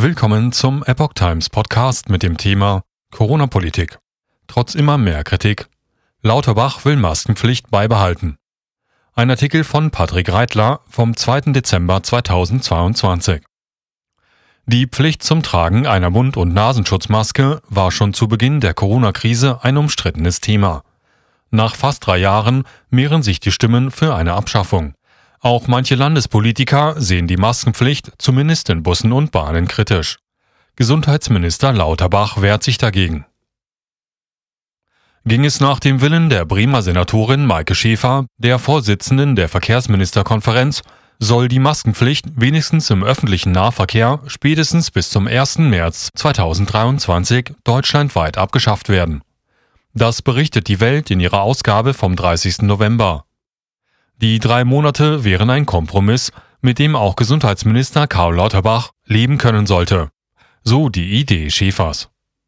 Willkommen zum Epoch Times Podcast mit dem Thema Corona-Politik. Trotz immer mehr Kritik. Lauterbach will Maskenpflicht beibehalten. Ein Artikel von Patrick Reitler vom 2. Dezember 2022. Die Pflicht zum Tragen einer Mund- und Nasenschutzmaske war schon zu Beginn der Corona-Krise ein umstrittenes Thema. Nach fast 3 Jahren mehren sich die Stimmen für eine Abschaffung. Auch manche Landespolitiker sehen die Maskenpflicht zumindest in Bussen und Bahnen kritisch. Gesundheitsminister Lauterbach wehrt sich dagegen. Ging es nach dem Willen der Bremer Senatorin Maike Schäfer, der Vorsitzenden der Verkehrsministerkonferenz, soll die Maskenpflicht wenigstens im öffentlichen Nahverkehr spätestens bis zum 1. März 2023 deutschlandweit abgeschafft werden. Das berichtet die Welt in ihrer Ausgabe vom 30. November. Die 3 Monate wären ein Kompromiss, mit dem auch Gesundheitsminister Karl Lauterbach leben können sollte. So die Idee Schäfers.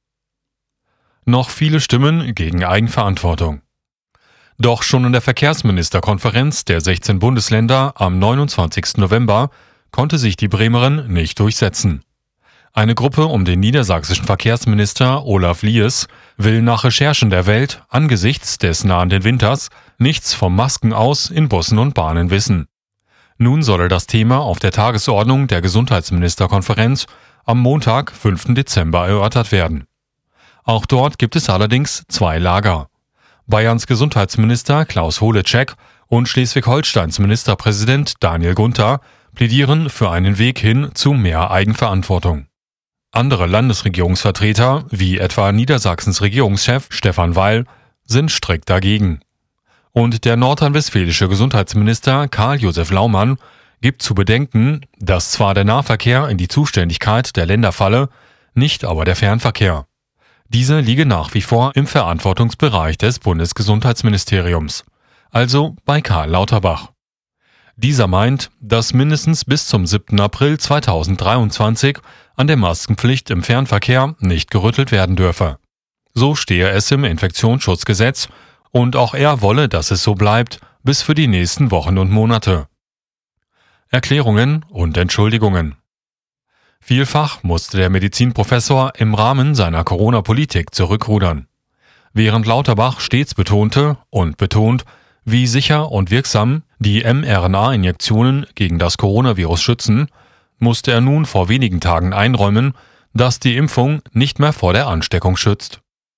Noch viele Stimmen gegen Eigenverantwortung. Doch schon in der Verkehrsministerkonferenz der 16 Bundesländer am 29. November konnte sich die Bremerin nicht durchsetzen. Eine Gruppe um den niedersächsischen Verkehrsminister Olaf Lies will nach Recherchen der Welt angesichts des nahenden Winters nichts vom Maskenaus in Bussen und Bahnen wissen. Nun solle das Thema auf der Tagesordnung der Gesundheitsministerkonferenz am Montag, 5. Dezember erörtert werden. Auch dort gibt es allerdings 2 Lager. Bayerns Gesundheitsminister Klaus Holleczek und Schleswig-Holsteins Ministerpräsident Daniel Gunther plädieren für einen Weg hin zu mehr Eigenverantwortung. Andere Landesregierungsvertreter, wie etwa Niedersachsens Regierungschef Stefan Weil, sind strikt dagegen. Und der nordrhein-westfälische Gesundheitsminister Karl-Josef Laumann gibt zu bedenken, dass zwar der Nahverkehr in die Zuständigkeit der Länder falle, nicht aber der Fernverkehr. Diese liege nach wie vor im Verantwortungsbereich des Bundesgesundheitsministeriums, also bei Karl Lauterbach. Dieser meint, dass mindestens bis zum 7. April 2023 an der Maskenpflicht im Fernverkehr nicht gerüttelt werden dürfe. So stehe es im Infektionsschutzgesetz und auch er wolle, dass es so bleibt, bis für die nächsten Wochen und Monate. Erklärungen und Entschuldigungen. Vielfach musste der Medizinprofessor im Rahmen seiner Corona-Politik zurückrudern. Während Lauterbach stets betonte und betont, wie sicher und wirksam die mRNA-Injektionen gegen das Coronavirus schützen, musste er nun vor wenigen Tagen einräumen, dass die Impfung nicht mehr vor der Ansteckung schützt.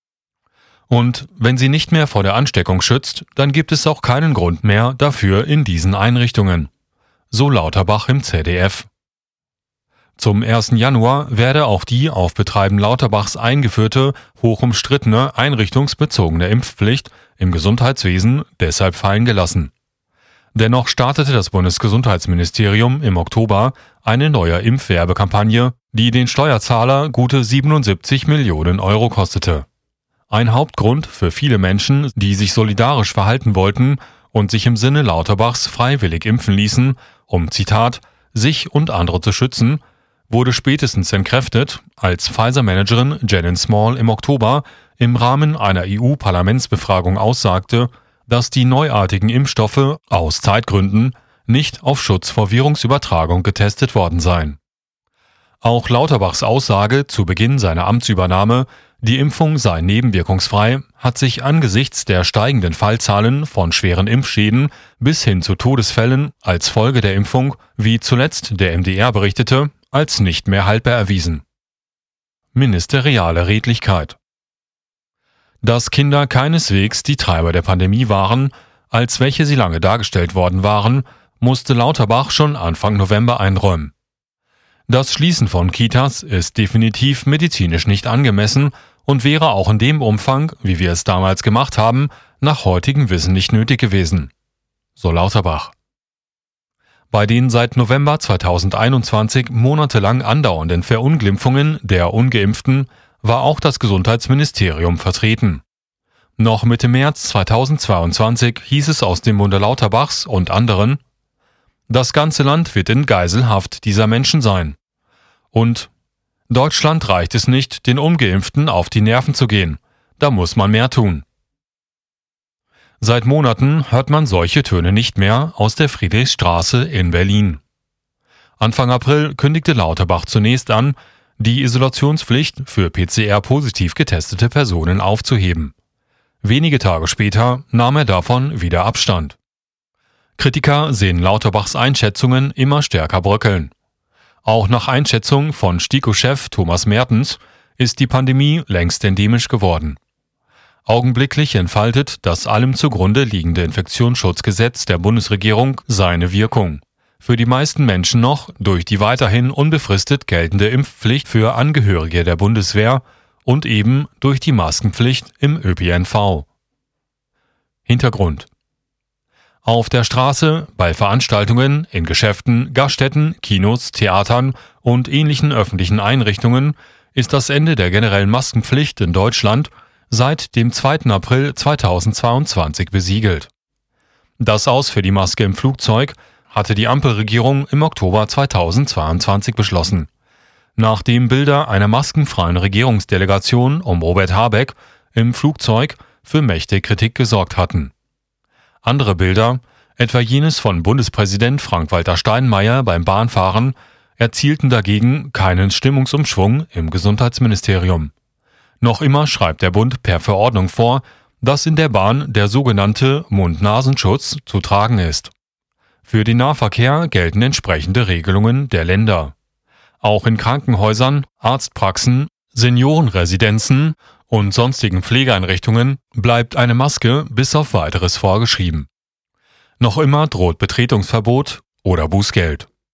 Und wenn sie nicht mehr vor der Ansteckung schützt, dann gibt es auch keinen Grund mehr dafür in diesen Einrichtungen. So Lauterbach im ZDF. Zum 1. Januar werde auch die auf Betreiben Lauterbachs eingeführte, hochumstrittene einrichtungsbezogene Impfpflicht im Gesundheitswesen deshalb fallen gelassen. Dennoch startete das Bundesgesundheitsministerium im Oktober eine neue Impfwerbekampagne, die den Steuerzahler gute 77 Millionen Euro kostete. Ein Hauptgrund für viele Menschen, die sich solidarisch verhalten wollten und sich im Sinne Lauterbachs freiwillig impfen ließen, um, Zitat, sich und andere zu schützen, wurde spätestens entkräftet, als Pfizer-Managerin Janin Small im Oktober im Rahmen einer EU-Parlamentsbefragung aussagte, dass die neuartigen Impfstoffe aus Zeitgründen nicht auf Schutz vor Virusübertragung getestet worden seien. Auch Lauterbachs Aussage zu Beginn seiner Amtsübernahme, die Impfung sei nebenwirkungsfrei, hat sich angesichts der steigenden Fallzahlen von schweren Impfschäden bis hin zu Todesfällen als Folge der Impfung, wie zuletzt der MDR berichtete, als nicht mehr haltbar erwiesen. Ministeriale Redlichkeit. Dass Kinder keineswegs die Treiber der Pandemie waren, als welche sie lange dargestellt worden waren, musste Lauterbach schon Anfang November einräumen. Das Schließen von Kitas ist definitiv medizinisch nicht angemessen und wäre auch in dem Umfang, wie wir es damals gemacht haben, nach heutigem Wissen nicht nötig gewesen. So Lauterbach. Bei den seit November 2021 monatelang andauernden Verunglimpfungen der Ungeimpften war auch das Gesundheitsministerium vertreten. Noch Mitte März 2022 hieß es aus dem Munde Lauterbachs und anderen: Das ganze Land wird in Geiselhaft dieser Menschen sein. Und Deutschland reicht es nicht, den Ungeimpften auf die Nerven zu gehen. Da muss man mehr tun. Seit Monaten hört man solche Töne nicht mehr aus der Friedrichstraße in Berlin. Anfang April kündigte Lauterbach zunächst an, die Isolationspflicht für PCR-positiv getestete Personen aufzuheben. Wenige Tage später nahm er davon wieder Abstand. Kritiker sehen Lauterbachs Einschätzungen immer stärker bröckeln. Auch nach Einschätzung von STIKO-Chef Thomas Mertens ist die Pandemie längst endemisch geworden. Augenblicklich entfaltet das allem zugrunde liegende Infektionsschutzgesetz der Bundesregierung seine Wirkung. Für die meisten Menschen noch durch die weiterhin unbefristet geltende Impfpflicht für Angehörige der Bundeswehr und eben durch die Maskenpflicht im ÖPNV. Hintergrund: Auf der Straße, bei Veranstaltungen, in Geschäften, Gaststätten, Kinos, Theatern und ähnlichen öffentlichen Einrichtungen ist das Ende der generellen Maskenpflicht in Deutschland seit dem 2. April 2022 besiegelt. Das Aus für die Maske im Flugzeug hatte die Ampelregierung im Oktober 2022 beschlossen, nachdem Bilder einer maskenfreien Regierungsdelegation um Robert Habeck im Flugzeug für mächtige Kritik gesorgt hatten. Andere Bilder, etwa jenes von Bundespräsident Frank-Walter Steinmeier beim Bahnfahren, erzielten dagegen keinen Stimmungsumschwung im Gesundheitsministerium. Noch immer schreibt der Bund per Verordnung vor, dass in der Bahn der sogenannte Mund-Nasenschutz zu tragen ist. Für den Nahverkehr gelten entsprechende Regelungen der Länder. Auch in Krankenhäusern, Arztpraxen, Seniorenresidenzen und sonstigen Pflegeeinrichtungen bleibt eine Maske bis auf Weiteres vorgeschrieben. Noch immer droht Betretungsverbot oder Bußgeld.